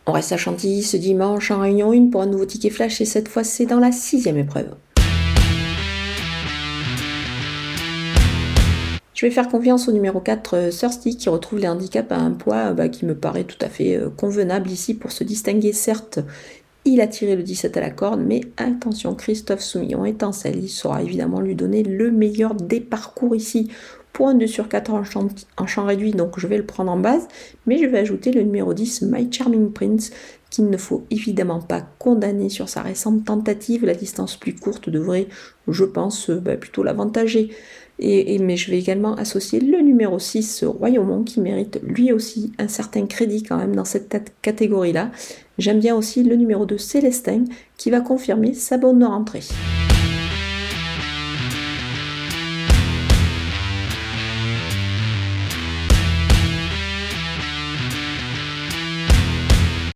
On reste à Chantilly ce dimanche en réunion 1 pour un nouveau ticket flash et cette fois c'est dans la 6e épreuve. Je vais faire confiance au numéro 4, Thirsty, qui retrouve les handicaps à un poids qui me paraît tout à fait convenable ici pour se distinguer. Certes, il a tiré le 17 à la corde, mais attention, Christophe Soumillon étincelle, il saura évidemment lui donner le meilleur des parcours ici. Point 2 sur 4 en champ réduit, donc je vais le prendre en base, mais je vais ajouter le numéro 10, My Charming Prince, qu'il ne faut évidemment pas condamner sur sa récente tentative. La distance plus courte devrait, je pense, plutôt l'avantager. Mais je vais également associer le numéro 6, Royaumont, qui mérite lui aussi un certain crédit quand même dans cette catégorie-là. J'aime bien aussi le numéro 2, Célestin, qui va confirmer sa bonne rentrée.